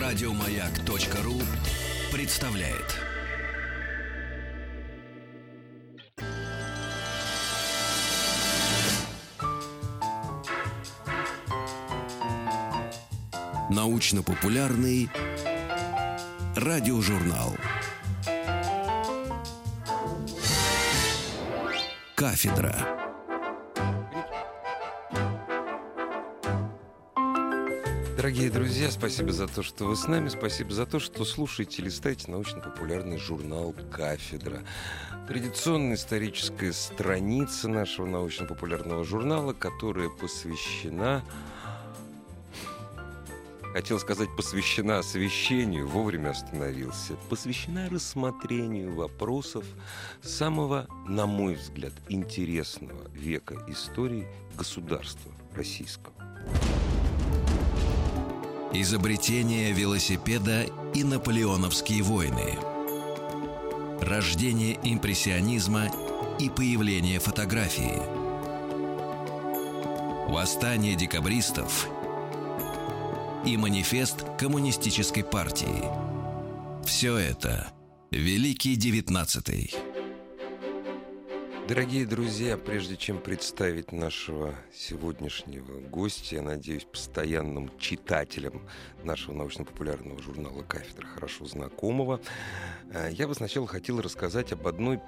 Радиомаяк.ру представляет. Научно-популярный радиожурнал. Кафедра. Дорогие друзья, спасибо за то, что вы с нами. Спасибо за то, что слушаете и листаете научно-популярный журнал «Кафедра». Традиционная историческая страница нашего научно-популярного журнала, которая посвящена... Хотел сказать, посвящена освещению, вовремя остановился. Посвящена рассмотрению вопросов самого, на мой взгляд, интересного века истории государства российского. Изобретение велосипеда и наполеоновские войны. Рождение импрессионизма и появление фотографии. Восстание декабристов и манифест коммунистической партии. Все это Великий XIX. Дорогие друзья, прежде чем представить нашего сегодняшнего гостя, я надеюсь, постоянным читателям нашего научно-популярного журнала «Кафедра», хорошо знакомого, я бы сначала хотел рассказать об одной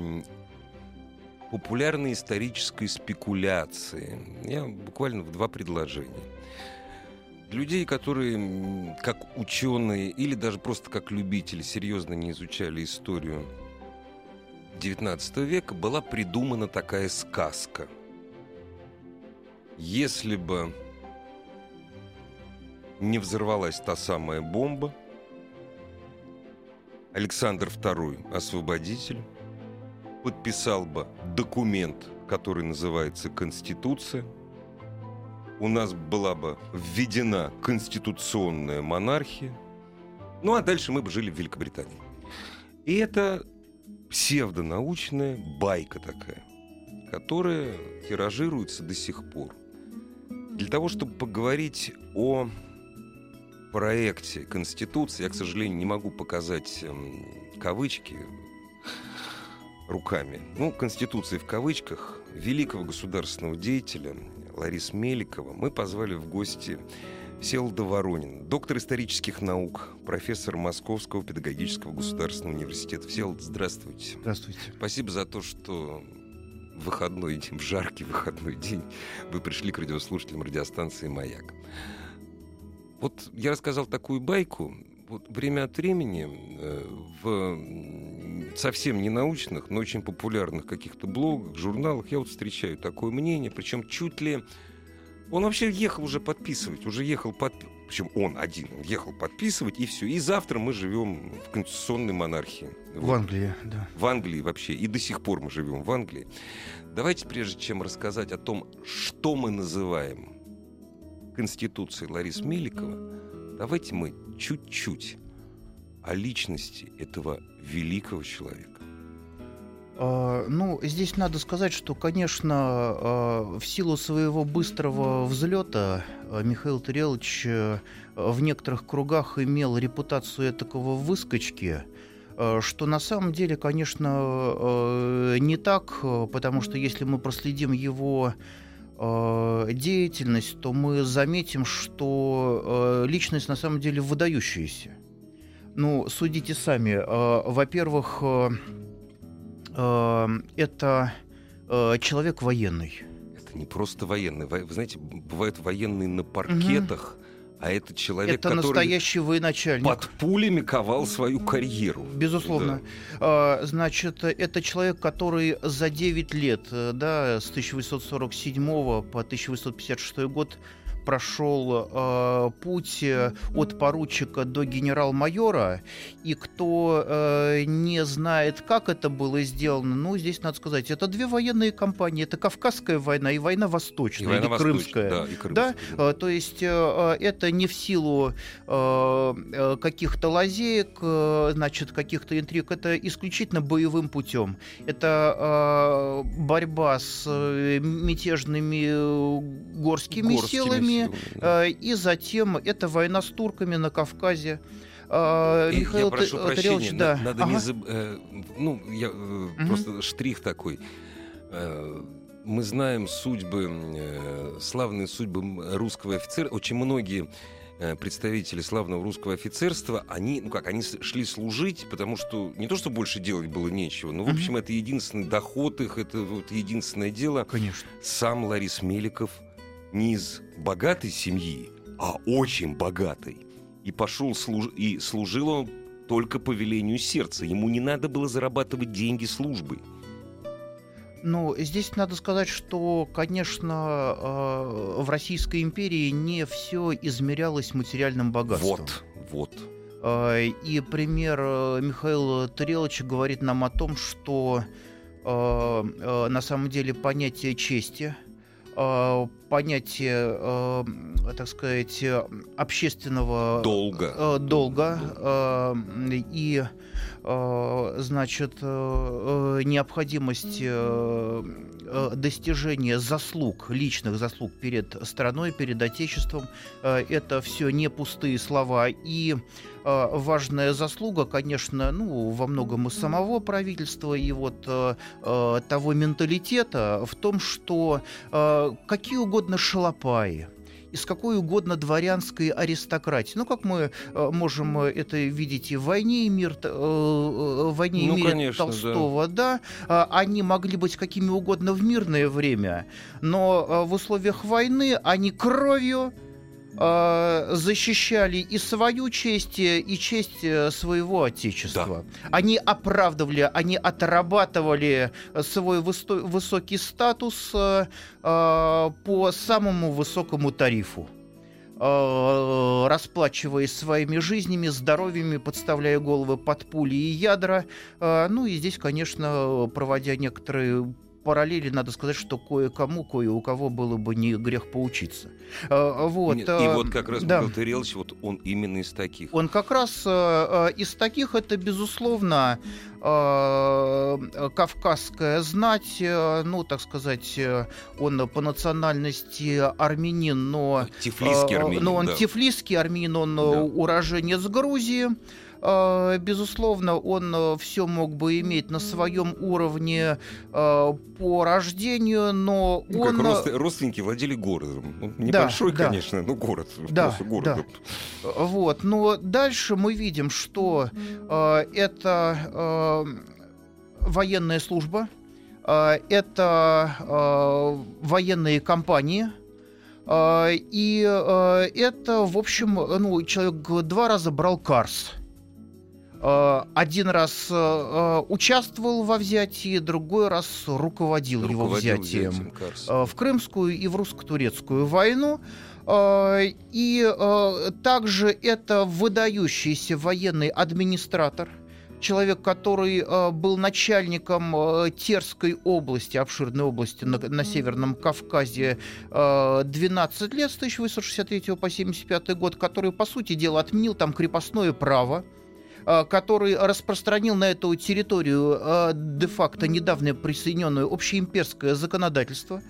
популярной исторической спекуляции. Я буквально в два предложения. Для людей, которые, как ученые или даже просто как любители, серьезно не изучали историю XIX века, была придумана такая сказка. Если бы не взорвалась та самая бомба, Александр II, освободитель, подписал бы документ, который называется Конституция, у нас была бы введена конституционная монархия, ну а дальше мы бы жили в Великобритании. И это псевдонаучная байка такая, которая тиражируется до сих пор. Для того, чтобы поговорить о проекте Конституции, я, к сожалению, не могу показать кавычки руками. Ну, Конституции в кавычках, великого государственного деятеля Ларису Меликова мы позвали в гости Всеволода Воронина, доктор исторических наук, профессор Московского педагогического государственного университета. Всеволод, здравствуйте. Здравствуйте. Спасибо за то, что в выходной день, в жаркий выходной день вы пришли к радиослушателям радиостанции «Маяк». Вот я рассказал такую байку. Вот время от времени в совсем не научных, но очень популярных каких-то блогах, журналах я вот встречаю такое мнение, причем чуть ли... Он вообще ехал уже подписывать, причем он один, он ехал подписывать, и все. И завтра мы живем в конституционной монархии. В Англии, да. В Англии вообще, и до сих пор мы живем в Англии. Давайте, прежде чем рассказать о том, что мы называем Конституцией Ларисы Меликова, давайте мы чуть-чуть о личности этого великого человека. Ну, здесь надо сказать, что, конечно, в силу своего быстрого взлета Михаил Тарелович в некоторых кругах имел репутацию этакого выскочки, что на самом деле, конечно, не так, потому что если мы проследим его деятельность, то мы заметим, что личность на самом деле выдающаяся. Ну, судите сами. Во-первых, это человек военный. Это не просто военный. Вы знаете, бывают военные на паркетах, а это человек, это который настоящий военачальник. Под пулями ковал свою карьеру. Безусловно. Да. Значит, это человек, который за 9 лет, да, с 1847 по 1856 год прошел путь от поручика до генерал-майора, и кто не знает, как это было сделано, ну, здесь надо сказать, это две военные кампании, это Кавказская война и война Восточная, и война или Крымская. Да, и Крымская. Да? То есть это не в силу каких-то лазеек, значит, каких-то интриг, это исключительно боевым путем. Это борьба с мятежными горскими силами, Персиями, и затем это война с турками на Кавказе. Михаил Я прошу прощения, да. надо просто штрих такой. Мы знаем славные судьбы русского офицера. Очень многие представители славного русского офицерства, они шли служить, потому что не то, что больше делать было нечего, но, в общем, это единственный доход их, это вот единственное дело. Конечно. Сам Ларис Меликов не из богатой семьи, а очень богатой. И пошел и служил он только по велению сердца. Ему не надо было зарабатывать деньги службой. Ну, здесь надо сказать, что, конечно, в Российской империи не все измерялось материальным богатством. Вот. И пример Михаила Тареловича говорит нам о том, что на самом деле понятие чести, понятие, так сказать, общественного долга и, значит, необходимость достижения личных заслуг перед страной, перед Отечеством, это все не пустые слова. И важная заслуга, конечно, во многом и самого правительства, и вот того менталитета в том, что какие угодно шалопаи, из какой угодно дворянской аристократии. Как мы можем это видеть и в «Войне и мире» конечно, Толстого, да. Они могли быть какими угодно в мирное время, но в условиях войны они кровью защищали и свою честь, и честь своего Отечества. Да. Они оправдывали, они отрабатывали свой высокий статус по самому высокому тарифу, расплачиваясь своими жизнями, здоровьями, подставляя головы под пули и ядра. И здесь, конечно, проводя некоторые параллели, надо сказать, что кое у кого было бы не грех поучиться. И вот как раз Михаил Тарелович, вот он именно из таких. Он как раз из таких, это, безусловно, кавказская знать, так сказать, он по национальности армянин, но тифлисский армянин, он тифлисский армянин, он уроженец Грузии. Безусловно, он все мог бы иметь на своем уровне по рождению, но он... Как родственники владели городом. Небольшой, конечно, но город. Просто город. Да. Но дальше мы видим, что это военная служба, это военные компании, и это, в общем, человек 2 раза брал Карс. Один раз участвовал во взятии, другой раз руководил его взятием в Крымскую и в русско-турецкую войну. И также это выдающийся военный администратор, человек, который был начальником Терской области, обширной области на Северном Кавказе 12 лет, с 1863 по 1975 год, который, по сути дела, отменил там крепостное право, который распространил на эту территорию де-факто недавно присоединенное общеимперское законодательство,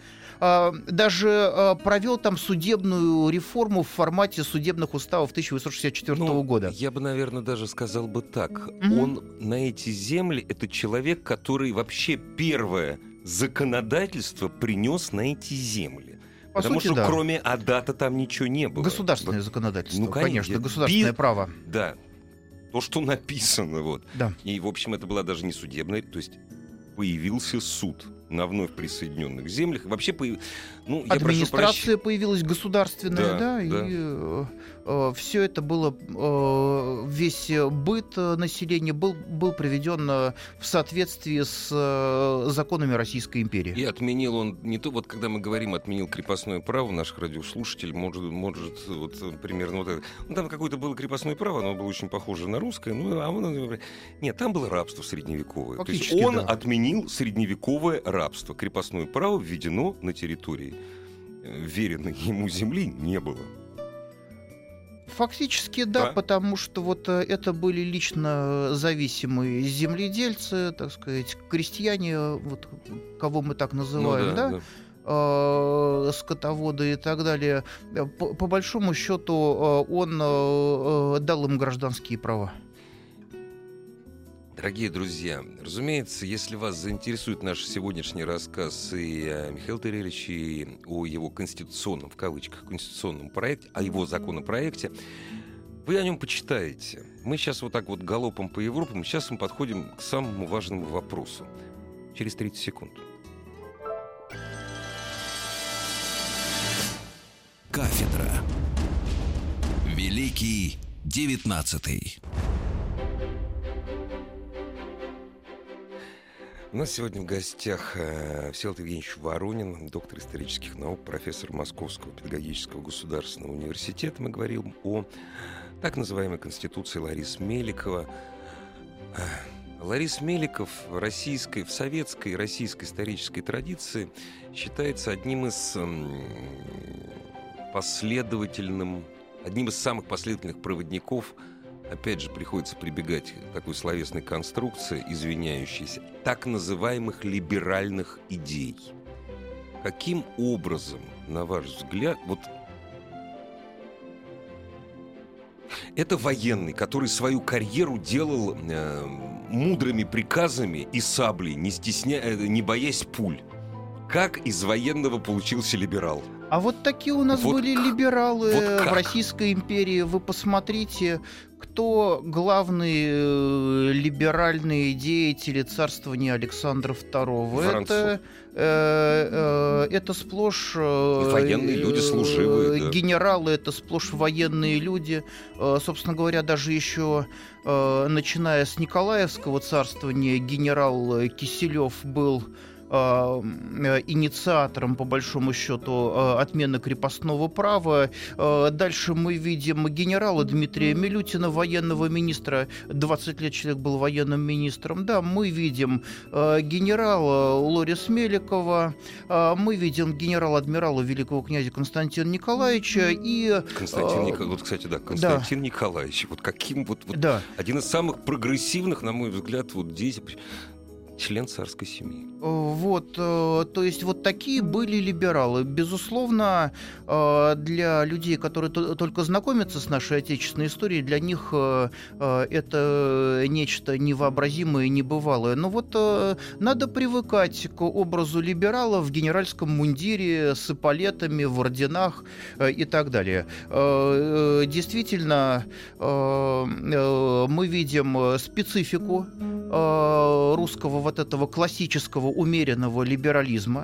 даже провел там судебную реформу в формате судебных уставов 1864 года. Я бы, наверное, даже сказал бы так. Он на эти земли, это человек, который вообще первое законодательство принес на эти земли. Потому что кроме Адата там ничего не было. Государственное законодательство, конечно, государственное право. Да. То, что написано. Да. И, в общем, это была даже не судебная, то есть появился суд на вновь присоединенных землях. Вообще администрация появилась государственная, и все это было, весь быт населения был приведен в соответствии с законами Российской империи. И отменил он не то, когда мы говорим, отменил крепостное право, наших радиослушателей может примерно это. Там какое-то было крепостное право, оно было очень похоже на русское, нет, там было рабство средневековое. Фактически, то есть он отменил средневековое рабство. Крепостное право введено на территории веренной ему земли не было. Фактически, да, потому что это были лично зависимые земледельцы, так сказать, крестьяне, кого мы так называем, скотоводы и так далее. По большому счету он дал им гражданские права. Дорогие друзья, разумеется, если вас заинтересует наш сегодняшний рассказ и о Михаиле Тареличе, и о его конституционном, в кавычках, конституционном проекте, о его законопроекте, вы о нем почитаете. Мы сейчас вот так вот галопом по Европам, сейчас мы подходим к самому важному вопросу. Через 30 секунд. Кафедра. Великий 19-й. У нас сегодня в гостях Всеволод Евгеньевич Воронин, доктор исторических наук, профессор Московского педагогического государственного университета. Мы говорим о так называемой Конституции Ларисы Меликова. Ларис Меликов в советской и российской исторической традиции считается одним из самых последовательных проводников. Опять же, приходится прибегать к такой словесной конструкции, извиняющейся, так называемых либеральных идей. Каким образом, на ваш взгляд, вот это военный, который свою карьеру делал мудрыми приказами и саблей, не боясь пуль. Как из военного получился либерал? А вот такие у нас были либералы в Российской империи. Вы посмотрите, кто главные либеральные деятели царствования Александра II. Это сплошь военные люди, служивые, да. Генералы, это сплошь военные люди. Собственно говоря, даже еще начиная с Николаевского царствования генерал Киселев был инициатором, по большому счету, отмены крепостного права. Дальше мы видим генерала Дмитрия Милютина, военного министра. 20 лет человек был военным министром. Да, мы видим генерала Лориса Меликова, мы видим генерал-адмирала великого князя Константина Николаевича и... Константин Николаевич. Вот каким да. Один из самых прогрессивных, на мой взгляд, деятелей. Член царской семьи. То есть вот такие были либералы. Безусловно, для людей, которые только знакомятся с нашей отечественной историей, для них это нечто невообразимое, небывалое. Но надо привыкать к образу либерала в генеральском мундире, с эполетами, в орденах и так далее. Действительно, мы видим специфику русского этого классического умеренного либерализма.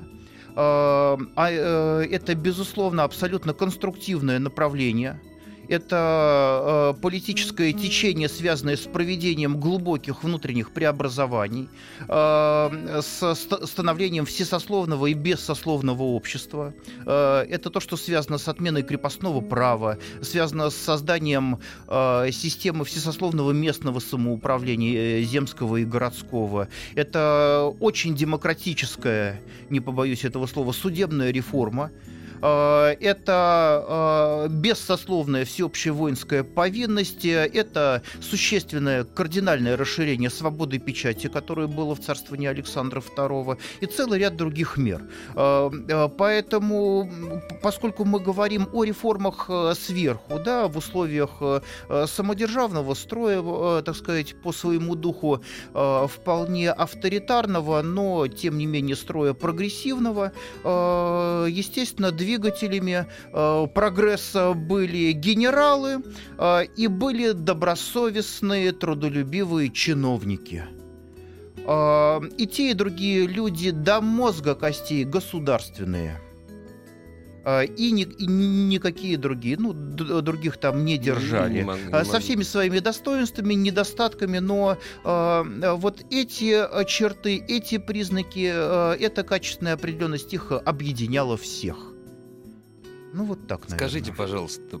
Это, безусловно, абсолютно конструктивное направление. Это политическое течение, связанное с проведением глубоких внутренних преобразований, с становлением всесословного и бессословного общества. Это то, что связано с отменой крепостного права, связано с созданием системы всесословного местного самоуправления, земского и городского. Это очень демократическая, не побоюсь этого слова, судебная реформа. Это бессословная всеобщая воинская повинность, это существенное кардинальное расширение свободы печати, которое было в царствовании Александра II, и целый ряд других мер. Поэтому, поскольку мы говорим о реформах сверху, да, в условиях самодержавного строя, так сказать, по своему духу вполне авторитарного, но, тем не менее, строя прогрессивного, естественно, двигателями прогресса были генералы и были добросовестные, трудолюбивые чиновники. И те, и другие люди до мозга костей государственные. И никакие другие, других там не держали. Со всеми своими достоинствами, недостатками, но вот эти черты, эти признаки, эта качественная определенность их объединяла всех. Вот так, наверное. Скажите, пожалуйста,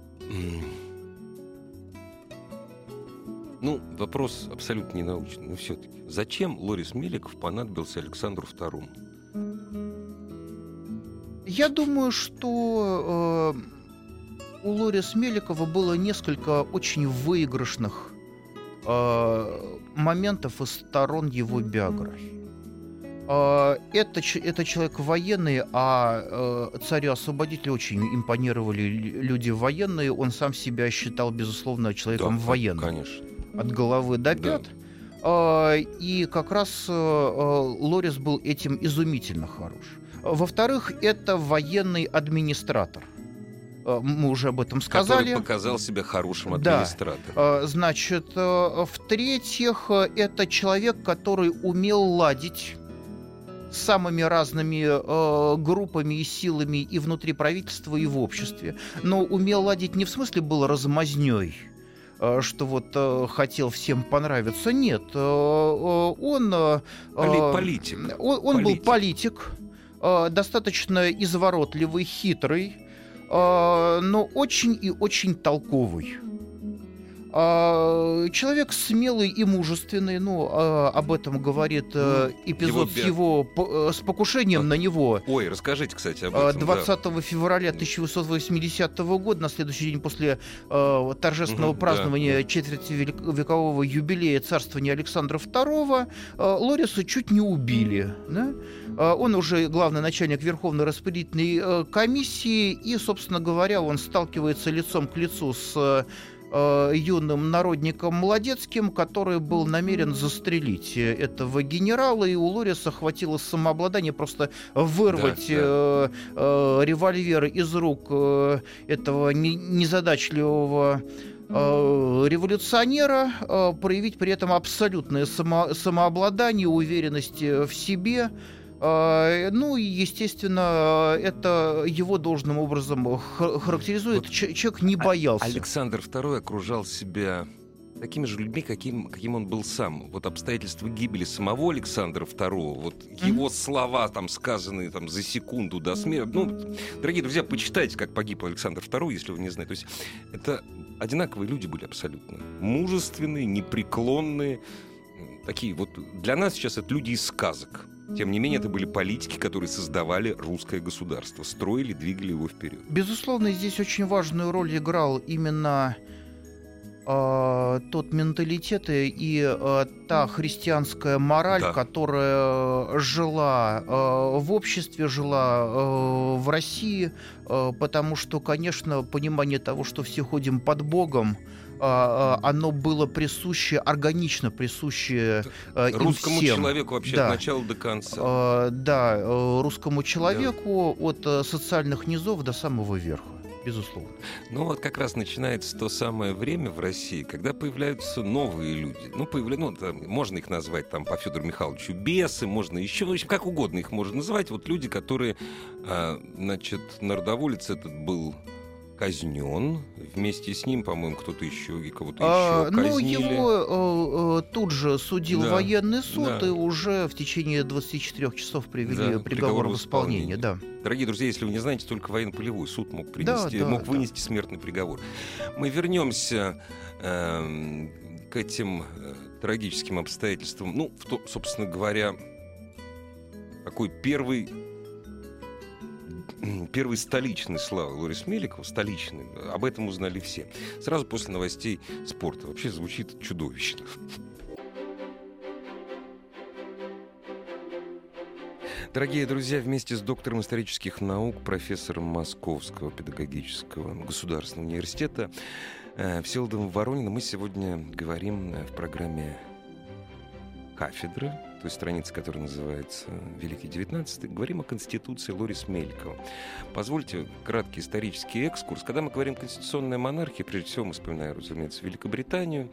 вопрос абсолютно не научный, но все-таки, зачем Лорис Меликов понадобился Александру II? Я думаю, что у Лориса Меликова было несколько очень выигрышных моментов из сторон его биографии. Это человек военный, а царю-освободителю очень импонировали люди военные. Он сам себя считал, безусловно, человеком военным. Конечно. От головы до пят. И как раз Лорис был этим изумительно хорош. Во-вторых, это военный администратор. Мы уже об этом сказали. Который показал себя хорошим администратором. Значит, в-третьих, это человек, который умел ладить с самыми разными группами и силами и внутри правительства, и в обществе. Но умел ладить не в смысле был размазнёй, что вот хотел всем понравиться. Нет, он политик. Он был политик, достаточно изворотливый, хитрый, но очень и очень толковый. Человек смелый и мужественный, об этом говорит эпизод с покушением на него. Ой, расскажите, кстати, об этом. 20 февраля 1880 года, на следующий день после торжественного празднования четвертьвекового юбилея царствования Александра II, Лориса чуть не убили. Да? Он уже главный начальник Верховной распорядительной комиссии, и, собственно говоря, он сталкивается лицом к лицу с юным народником Молодецким, который был намерен застрелить этого генерала, и у Лориса хватило самообладания просто вырвать револьвер из рук этого незадачливого революционера, проявить при этом абсолютное самообладание, уверенность в себе. И, естественно, это его должным образом характеризует. Человек не боялся. Александр II окружал себя такими же людьми, каким он был сам. Вот обстоятельства гибели самого Александра II, вот его слова, там, сказанные там, за секунду до смерти. Дорогие друзья, почитайте, как погиб Александр II, если вы не знаете. То есть это одинаковые люди были абсолютно. Мужественные, непреклонные. Такие вот. Для нас сейчас это люди из сказок. Тем не менее, это были политики, которые создавали русское государство, строили, двигали его вперед. Безусловно, здесь очень важную роль играл именно тот менталитет и та христианская мораль, которая жила в обществе, жила в России, потому что, конечно, понимание того, что все ходим под Богом, оно было присуще, органично присуще русскому им всем. Человеку вообще от начала до конца. Русскому человеку от социальных низов до самого верха. Безусловно. Ну вот как раз начинается то самое время в России, когда появляются новые люди. Можно их назвать там по Федору Михайловичу бесы, можно еще, в общем, как угодно их можно называть. Вот люди, которые, народоволец этот был казнен, вместе с ним, по-моему, кто-то еще и кого-то еще казнили. Его тут же судил военный суд, и уже в течение 24 часов привели приговор в исполнение. Да. Дорогие друзья, если вы не знаете, только военно-полевой суд мог вынести смертный приговор. Мы вернемся к этим трагическим обстоятельствам. Собственно говоря, такой первый столичный славы Лорис Меликова, столичный, об этом узнали все. Сразу после новостей спорта. Вообще звучит чудовищно. Дорогие друзья, вместе с доктором исторических наук, профессором Московского педагогического государственного университета Всеволодом Ворониным мы сегодня говорим в программе «Кафедра», той странице, которая называется «Великий XIX», говорим о Конституции Лорис Меликова. Позвольте краткий исторический экскурс. Когда мы говорим «конституционная монархия», прежде всего мы вспоминаем, разумеется, Великобританию.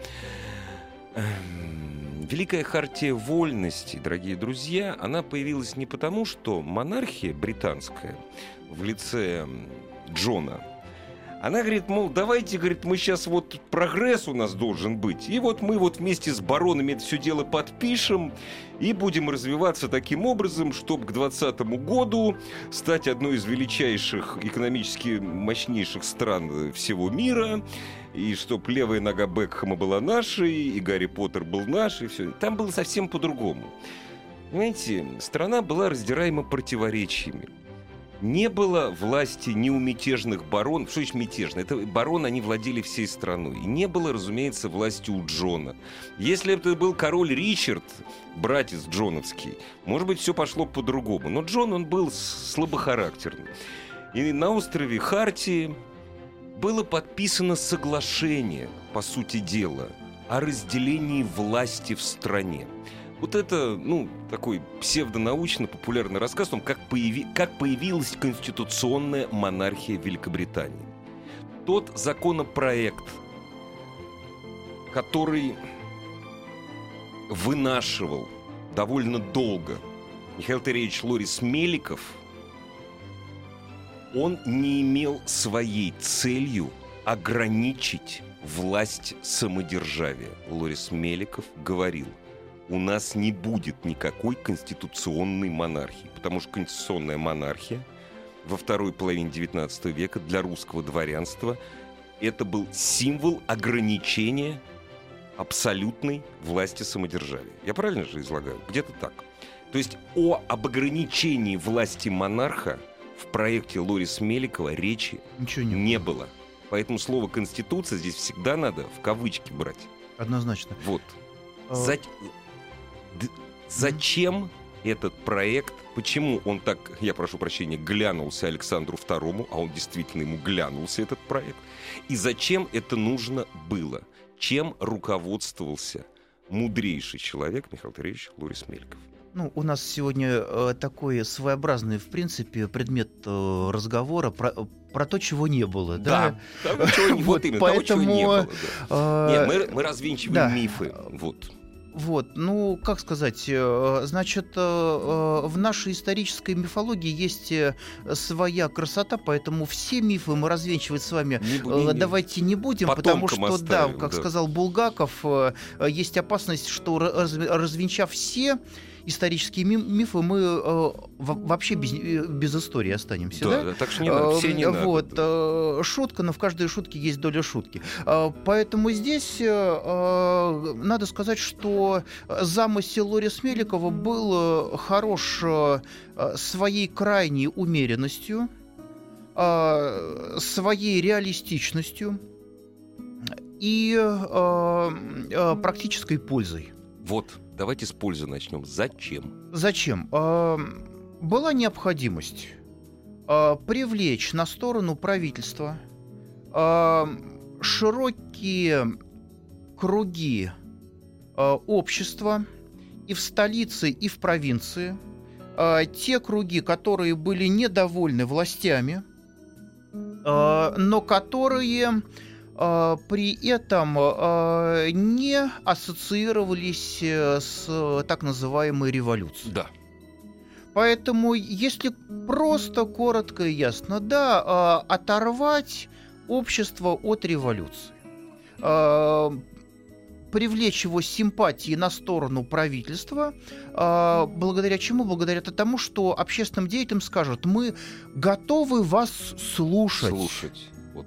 Великая хартия вольностей, дорогие друзья, она появилась не потому, что монархия британская в лице Джона, она говорит, мол, давайте, говорит, мы сейчас вот прогресс у нас должен быть, и вот мы вот вместе с баронами это все дело подпишем и будем развиваться таким образом, чтобы к 2020 году стать одной из величайших, экономически мощнейших стран всего мира, и чтобы левая нога Бекхэма была нашей, и Гарри Поттер был наш, и все. Там было совсем по-другому. Понимаете, страна была раздираема противоречиями. Не было власти ни у мятежных баронов. Что значит мятежные? Это бароны, они владели всей страной. И не было, разумеется, власти у Джона. Если бы это был король Ричард, братец Джоновский, может быть, все пошло по-другому. Но Джон, он был слабохарактерный. И на острове Хартии было подписано соглашение, по сути дела, о разделении власти в стране. Вот это, такой псевдонаучно-популярный рассказ о том, как появилась конституционная монархия Великобритании. Тот законопроект, который вынашивал довольно долго Михаил Андреевич Лорис Меликов, он не имел своей целью ограничить власть самодержавия. Лорис Меликов говорил: у нас не будет никакой конституционной монархии, потому что конституционная монархия во второй половине XIX века для русского дворянства это был символ ограничения абсолютной власти самодержавия. Я правильно же излагаю? Где-то так. То есть об ограничении власти монарха в проекте Лориса Меликова речи не было. Поэтому слово «конституция» здесь всегда надо в кавычки брать. Однозначно. Вот. Зачем этот проект, почему он так, я прошу прощения, глянулся Александру II, а он действительно ему глянулся, этот проект, и зачем это нужно было? Чем руководствовался мудрейший человек Михаил Андреевич Лорис Меликов? У нас сегодня такой своеобразный, в принципе, предмет разговора про то, чего не было. Да, того, чего не было. Нет, мы развенчиваем мифы. Как сказать, значит, в нашей исторической мифологии есть своя красота, поэтому все мифы мы развенчивать с вами давайте не будем, потому что, оставим, как сказал Булгаков, есть опасность, что развенчав все исторические мифы, мы вообще без истории останемся. Да? Так что не надо, все не надо. Шутка, но в каждой шутке есть доля шутки. Поэтому здесь надо сказать, что замысел Лориса Меликова был хорош своей крайней умеренностью, своей реалистичностью и практической пользой. Давайте с пользы начнем. Зачем? Была необходимость привлечь на сторону правительства широкие круги общества и в столице, и в провинции, те круги, которые были недовольны властями, но которые при этом не ассоциировались с так называемой революцией. Да. Поэтому, если просто, коротко и ясно, оторвать общество от революции, привлечь его симпатии на сторону правительства, благодаря чему? Благодаря тому, что общественным деятелям скажут: мы готовы вас слушать.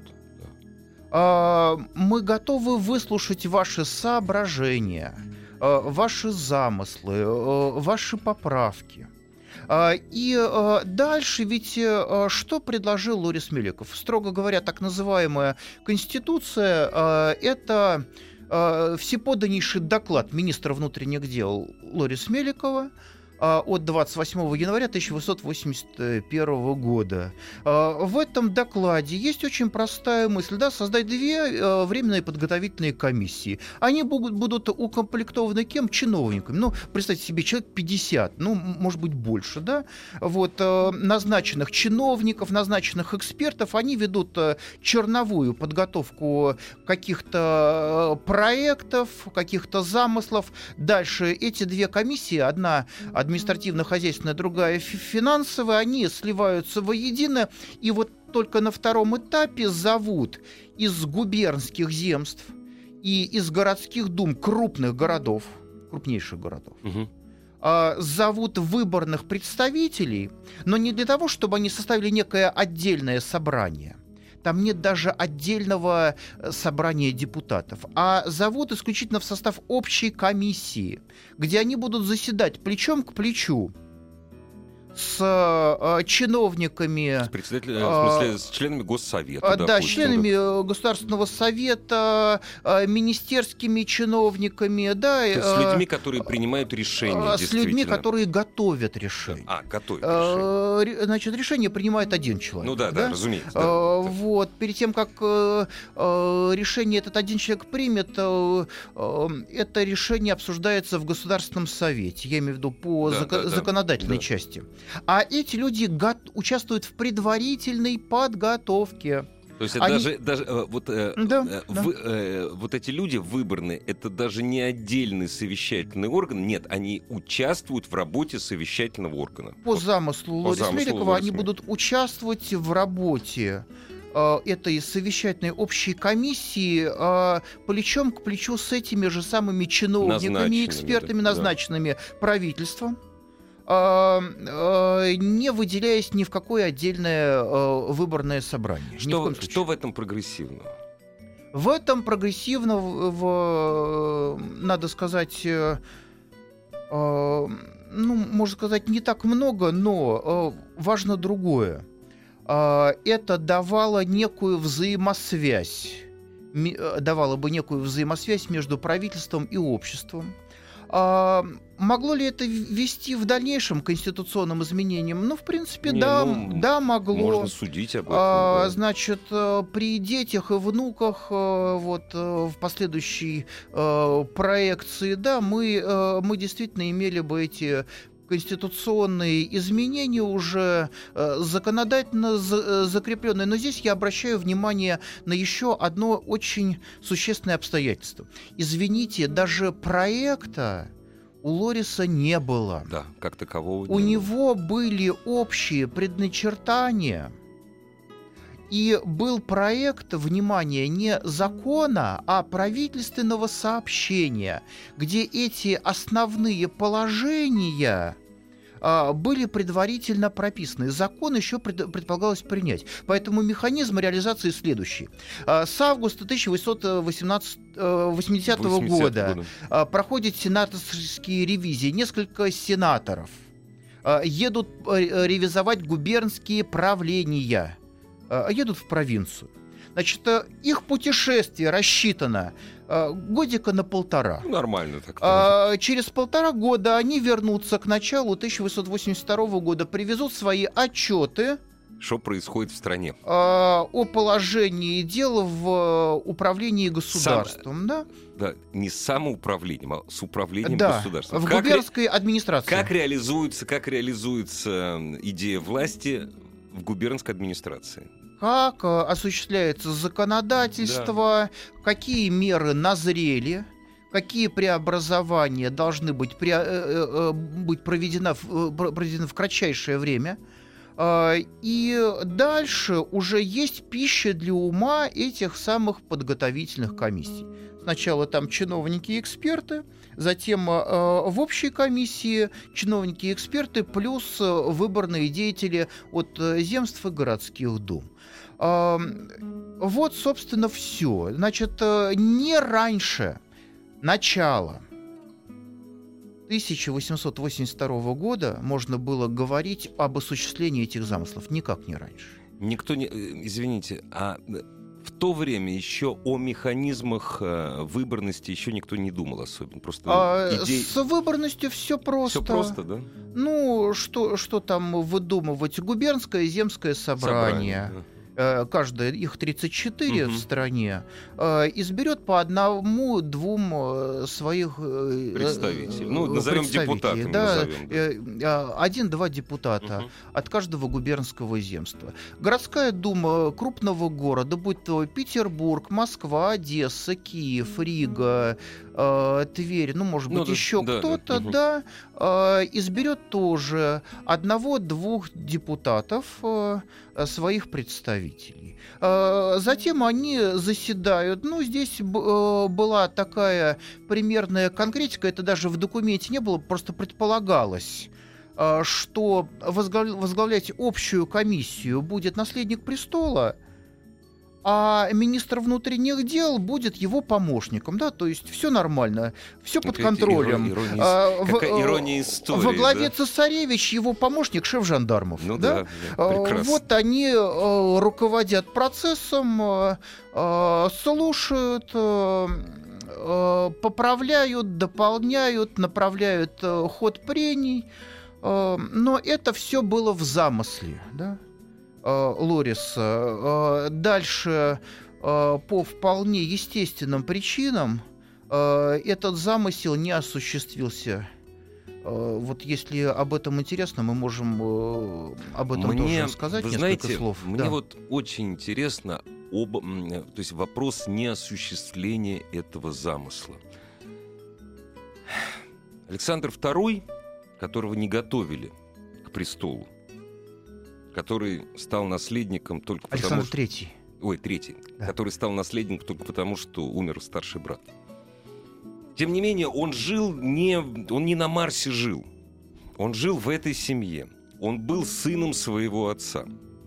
Мы готовы выслушать ваши соображения, ваши замыслы, ваши поправки. И дальше ведь что предложил Лорис Меликов? Строго говоря, так называемая Конституция – это всеподданнейший доклад министра внутренних дел Лориса Меликова от 28 января 1881 года. В этом докладе есть очень простая мысль, создать две временные подготовительные комиссии. Они будут укомплектованы кем? Чиновниками. Представьте себе, человек 50, может быть, больше, назначенных чиновников, назначенных экспертов, они ведут черновую подготовку каких-то проектов, каких-то замыслов. Дальше эти две комиссии, одна административно-хозяйственная, другая финансовая, они сливаются воедино, и только на втором этапе зовут из губернских земств и из городских дум крупнейших городов, зовут выборных представителей, но не для того, чтобы они составили некое отдельное собрание. Там нет даже отдельного собрания депутатов, а зовут исключительно в состав общей комиссии, где они будут заседать плечом к плечу с чиновниками. С председателем, в смысле, с членами Госсовета. Да, с членами Государственного совета, министерскими чиновниками, да. То есть с людьми, которые принимают решения, с людьми, которые готовят решения. Готовят решения. Значит, решение принимает один человек. Ну да, разумеется. Да. Вот, перед тем, как решение этот один человек примет, это решение обсуждается в Государственном совете, я имею в виду по законодательной части. А эти люди участвуют в предварительной подготовке. То есть вот эти люди выборные, это даже не отдельный совещательный орган, нет, они участвуют в работе совещательного органа. По замыслу Лориса Меликова они будут участвовать в работе этой совещательной общей комиссии плечом к плечу с этими же самыми чиновниками и экспертами, назначенными правительством, не выделяясь ни в какое отдельное выборное собрание. Что в этом прогрессивного? В этом прогрессивного, надо сказать, можно сказать, не так много, но важно другое. Это давало некую взаимосвязь, между правительством и обществом. Могло ли это вести в дальнейшем к конституционным изменениям? Ну, в принципе, да, могло. Можно судить об этом. Значит, при детях и внуках, в последующей проекции, да, мы действительно имели бы эти конституционные изменения уже законодательно закрепленные. Но здесь я обращаю внимание на еще одно очень существенное обстоятельство. Извините, даже проекта у Лориса не было. Да, как такового не было. У него были общие предначертания, и был проект, внимание, не закона, а правительственного сообщения, где эти основные положения были предварительно прописаны. Закон еще предполагалось принять. Поэтому механизм реализации следующий. С августа 1880 года проходят сенаторские ревизии. Несколько сенаторов едут ревизовать губернские правления. Едут в провинцию. Значит, их путешествие рассчитано годика на 1,5. Нормально так. Через 1,5 года они вернутся к началу 1882 года, привезут свои отчеты. Что происходит в стране? О положении дел в управлении государством. Да, не с самоуправлением, а с управлением государством. В губернской администрации. Как реализуется идея власти в губернской администрации? Как осуществляется законодательство, какие меры назрели, какие преобразования должны быть проведены в кратчайшее время. И дальше уже есть пища для ума этих самых подготовительных комиссий. Сначала там чиновники и эксперты, затем в общей комиссии чиновники и эксперты плюс выборные деятели от земств и городских дум. Вот, собственно, все. Значит, не раньше начала 1882 года можно было говорить об осуществлении этих замыслов. Никак не раньше. Извините, в то время еще о механизмах выборности еще никто не думал особенно. С выборностью все просто. Все просто, да? Ну, что там выдумывать? Губернское, земское собрание. Каждое, их 34 в стране, изберет по 1-2 своих представителей. Назовем депутатами. Да, 1-2 депутата от каждого губернского земства. Городская дума крупного города, будь то Петербург, Москва, Одесса, Киев, Рига, Тверь, может быть, еще кто-то, изберет тоже 1-2 депутатов своих представителей. Затем они заседают. Здесь была такая примерная конкретика, это даже в документе не было, просто предполагалось, что возглавлять общую комиссию будет наследник престола, а министр внутренних дел будет его помощником, да, то есть все нормально, все под контролем. Какая ирония истории. Во главе цесаревич, его помощник, шеф жандармов. Ну да, прекрасно. Вот они руководят процессом, слушают, поправляют, дополняют, направляют ход прений, но это все было в замысле, да. Лориса. Дальше по вполне естественным причинам этот замысел не осуществился. Вот если об этом интересно, мы можем об этом тоже сказать несколько слов. Мне вот очень интересно то есть вопрос неосуществления этого замысла. Александр II, которого не готовили к престолу, который стал наследником только потому, что... Третий. Да. Который стал наследником только потому, что умер старший брат. Тем не менее, он не на Марсе жил. Он жил в этой семье. Он был сыном своего отца.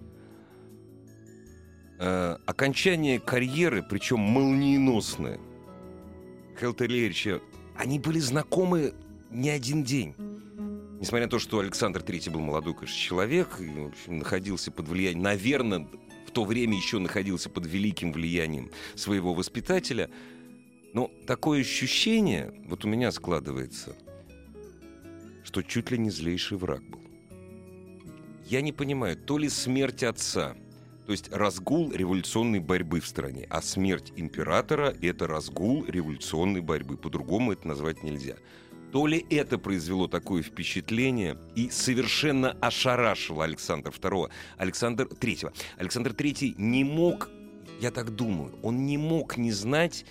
Окончание карьеры, причем молниеносное, Михаила Ильича, они были знакомы не один день. Несмотря на то, что Александр III был молодой, конечно, человек, и, в общем, находился под влиянием, наверное, в то время еще находился под великим влиянием своего воспитателя, но такое ощущение, вот у меня складывается, что чуть ли не злейший враг был. Я не понимаю, то ли смерть отца, то есть разгул революционной борьбы в стране, а смерть императора — это разгул революционной борьбы, по-другому это назвать нельзя. То ли это произвело такое впечатление и совершенно ошарашило Александра II. Александр III не мог, я так думаю, он не мог не знать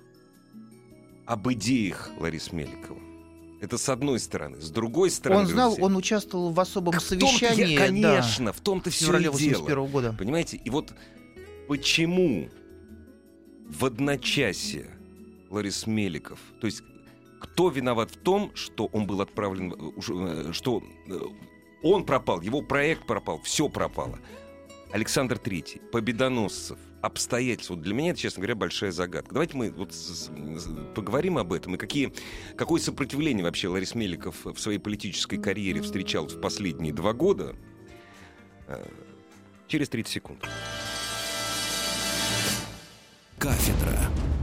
об идеях Ларисы Меликовой. Это с одной стороны. С другой стороны... Он знал, он участвовал в особом совещании. Конечно, да, в том-то все и дело. 81 года. Понимаете? И вот почему в одночасье Ларис Меликов, то есть кто виноват в том, что он был отправлен, что он пропал, его проект пропал, все пропало. Александр III, Победоносцев, обстоятельства. Вот для меня это, честно говоря, большая загадка. Давайте мы вот поговорим об этом. И какое сопротивление вообще Ларис Меликов в своей политической карьере встречал в последние 2 года. Через 30 секунд. Кафедра.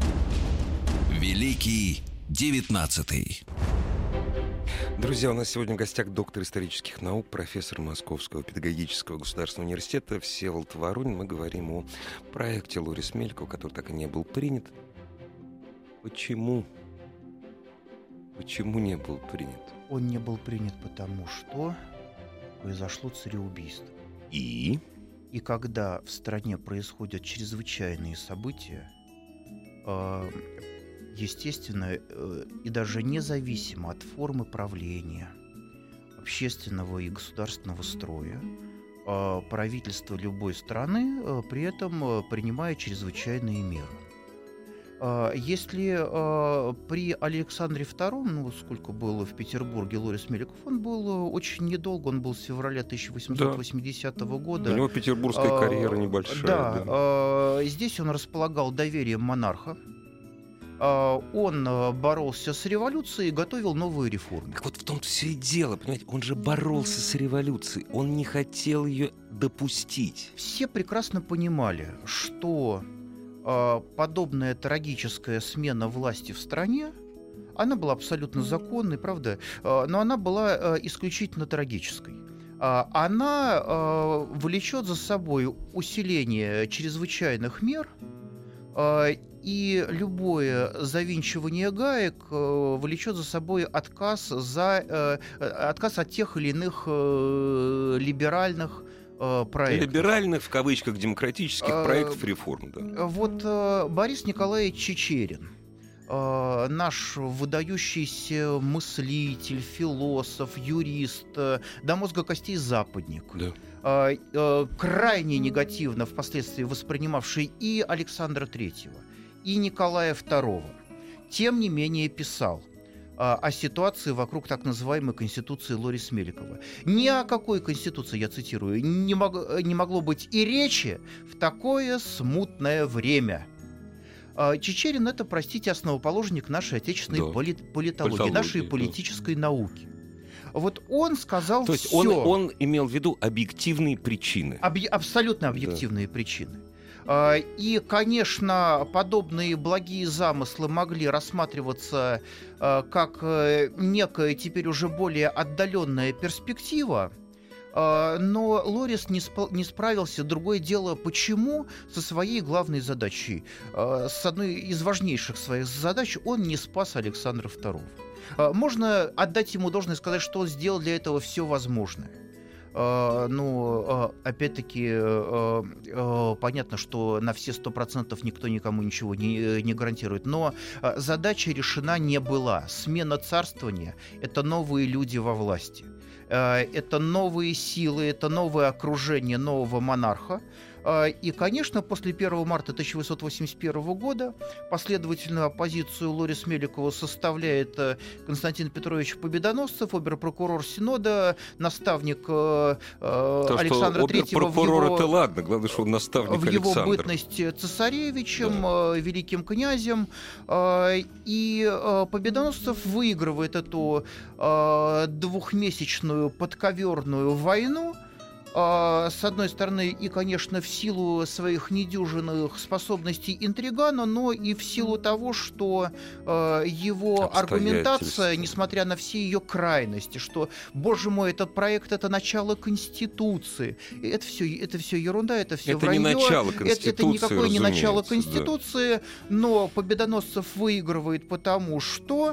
Великий 19. Друзья, у нас сегодня в гостях доктор исторических наук, профессор Московского педагогического государственного университета Всеволод Воронин. Мы говорим о проекте Ларис Меликова, который так и не был принят. Почему? Почему не был принят? Он не был принят потому, что произошло цареубийство. И когда в стране происходят чрезвычайные события, естественно, и даже независимо от формы правления, общественного и государственного строя, правительство любой страны при этом принимает чрезвычайные меры. Если при Александре II, сколько было в Петербурге Ларис Меликов, он был очень недолго, он был с февраля 1880 года. У него петербургская карьера небольшая. Да. Здесь он располагал доверием монарха. Он боролся с революцией и готовил новые реформы. Так вот в том-то все и дело, понимаете, он же боролся с революцией, он не хотел ее допустить. Все прекрасно понимали, что подобная трагическая смена власти в стране, она была абсолютно законной, правда, но она была исключительно трагической. Она влечет за собой усиление чрезвычайных мер, и любое завинчивание гаек влечет за собой отказ от тех или иных либеральных проектов. Либеральных, в кавычках, демократических проектов реформ. Да. Вот Борис Николаевич Чичерин, наш выдающийся мыслитель, философ, юрист, до мозга костей западник, крайне негативно впоследствии воспринимавший и Александра III, и Николая II, тем не менее писал: о ситуации вокруг так называемой Конституции Лорис Меликова. Ни о какой Конституции, я цитирую, не могло быть и речи в такое смутное время. Чичерин — это, простите, основоположник нашей отечественной политологии, нашей политической науки. Вот он сказал То есть всё. он имел в виду объективные причины. Абсолютно объективные причины. И, конечно, подобные благие замыслы могли рассматриваться как некая теперь уже более отдаленная перспектива, но Лорис не справился. Другое дело, почему со своей главной задачей, с одной из важнейших своих задач, он не спас Александра II. Можно отдать ему должное и сказать, что он сделал для этого все возможное. Опять-таки, понятно, что на все 100% никто никому ничего не гарантирует, но задача решена не была. Смена царствования — это новые люди во власти. Это новые силы, это новое окружение нового монарха. И, конечно, после 1 марта 1881 года последовательную оппозицию Лорис Меликову составляет Константин Петрович Победоносцев, обер-прокурор Синода, наставник Александра III. Обер-прокурор — это ладно, главное, что он наставник в его Александра. бытности цесаревичем, великим князем. И Победоносцев выигрывает эту двухмесячную подковерную войну. С одной стороны, и, конечно, в силу своих недюжинных способностей интригана, но и в силу того, что его аргументация, несмотря на все ее крайности, что, боже мой, этот проект — это начало Конституции, это все ерунда, это все вранье. Не начало Конституции, это никакое не начало Конституции, да. Но Победоносцев выигрывает потому, что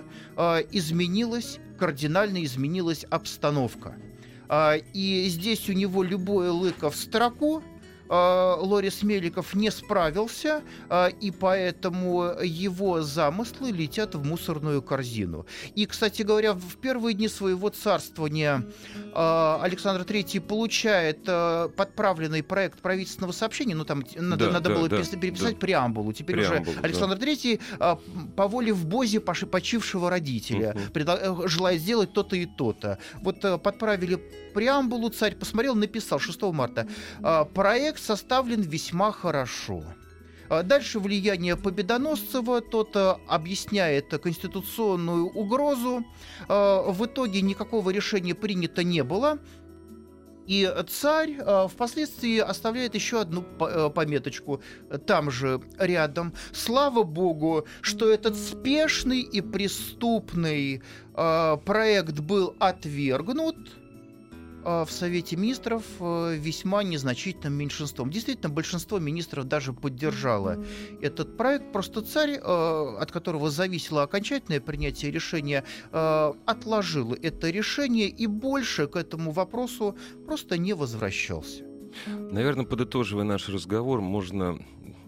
кардинально изменилась обстановка. И здесь у него любое лыко в строку. Лорис Меликов не справился, и поэтому его замыслы летят в мусорную корзину. И, кстати говоря, в первые дни своего царствования Александр III получает подправленный проект правительственного сообщения, там надо было переписать преамбулу. Теперь уже Александр III по воле в бозе почившего родителя желает сделать то-то и то-то. Вот подправили преамбулу, царь посмотрел, написал 6 марта. Проект составлен весьма хорошо. Дальше влияние Победоносцева, тот объясняет конституционную угрозу. В итоге никакого решения принято не было. И царь впоследствии оставляет еще одну пометочку там же рядом. Слава богу, что этот спешный и преступный проект был отвергнут в Совете министров весьма незначительным меньшинством. Действительно, большинство министров даже поддержало этот проект. Просто царь, от которого зависело окончательное принятие решения, отложил это решение и больше к этому вопросу просто не возвращался. Наверное, подытоживая наш разговор, можно,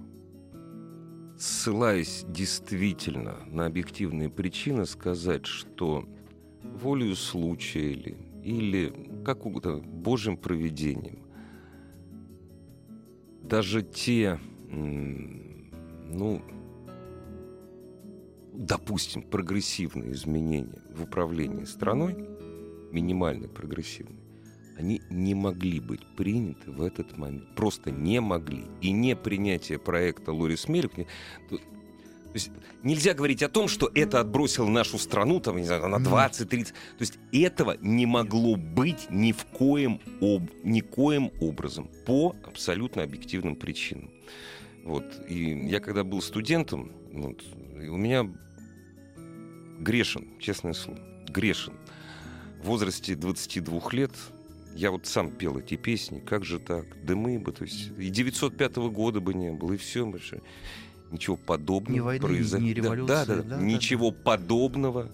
ссылаясь действительно на объективные причины, сказать, что волею случая или как-то Божьим провидением даже те, допустим, прогрессивные изменения в управлении страной, минимально прогрессивные, они не могли быть приняты в этот момент. Просто не могли. И не принятие проекта Лорис Меликова. То есть нельзя говорить о том, что это отбросило нашу страну на 20-30. То есть этого не могло быть никоим образом по абсолютно объективным причинам. И я когда был студентом, у меня грешен, честное слово, грешен. В возрасте 22 лет я сам пел эти песни, как же так, да мы бы, то есть и 905 года бы не было, и все больше. Ничего подобного. Ни войны, ни революции. Ничего подобного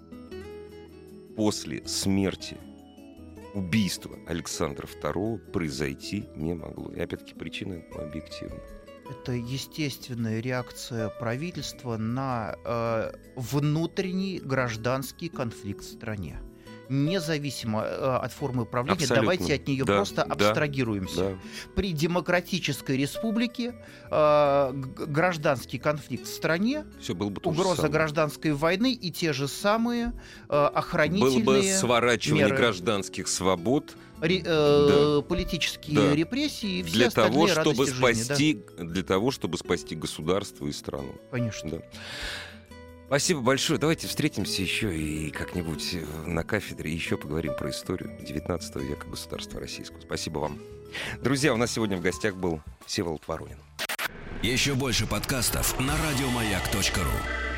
после смерти, убийства Александра II произойти не могло. И опять-таки причины объективны. Это естественная реакция правительства на внутренний гражданский конфликт в стране. независимо от формы правления. Абсолютно. Давайте от нее просто абстрагируемся. Да. При демократической республике гражданский конфликт в стране, Все было бы то же угроза самое. гражданской войны и те же самые охранительные Было бы сворачивание меры. гражданских свобод политические репрессии и все для остальные того, чтобы радости жизни, для того, чтобы спасти государство и страну. Конечно. Да. Спасибо большое. Давайте встретимся еще и как-нибудь на кафедре еще поговорим про историю 19 века государства российского. Спасибо вам. Друзья, у нас сегодня в гостях был Всеволод Воронин. Еще больше подкастов на радиомаяк.ру.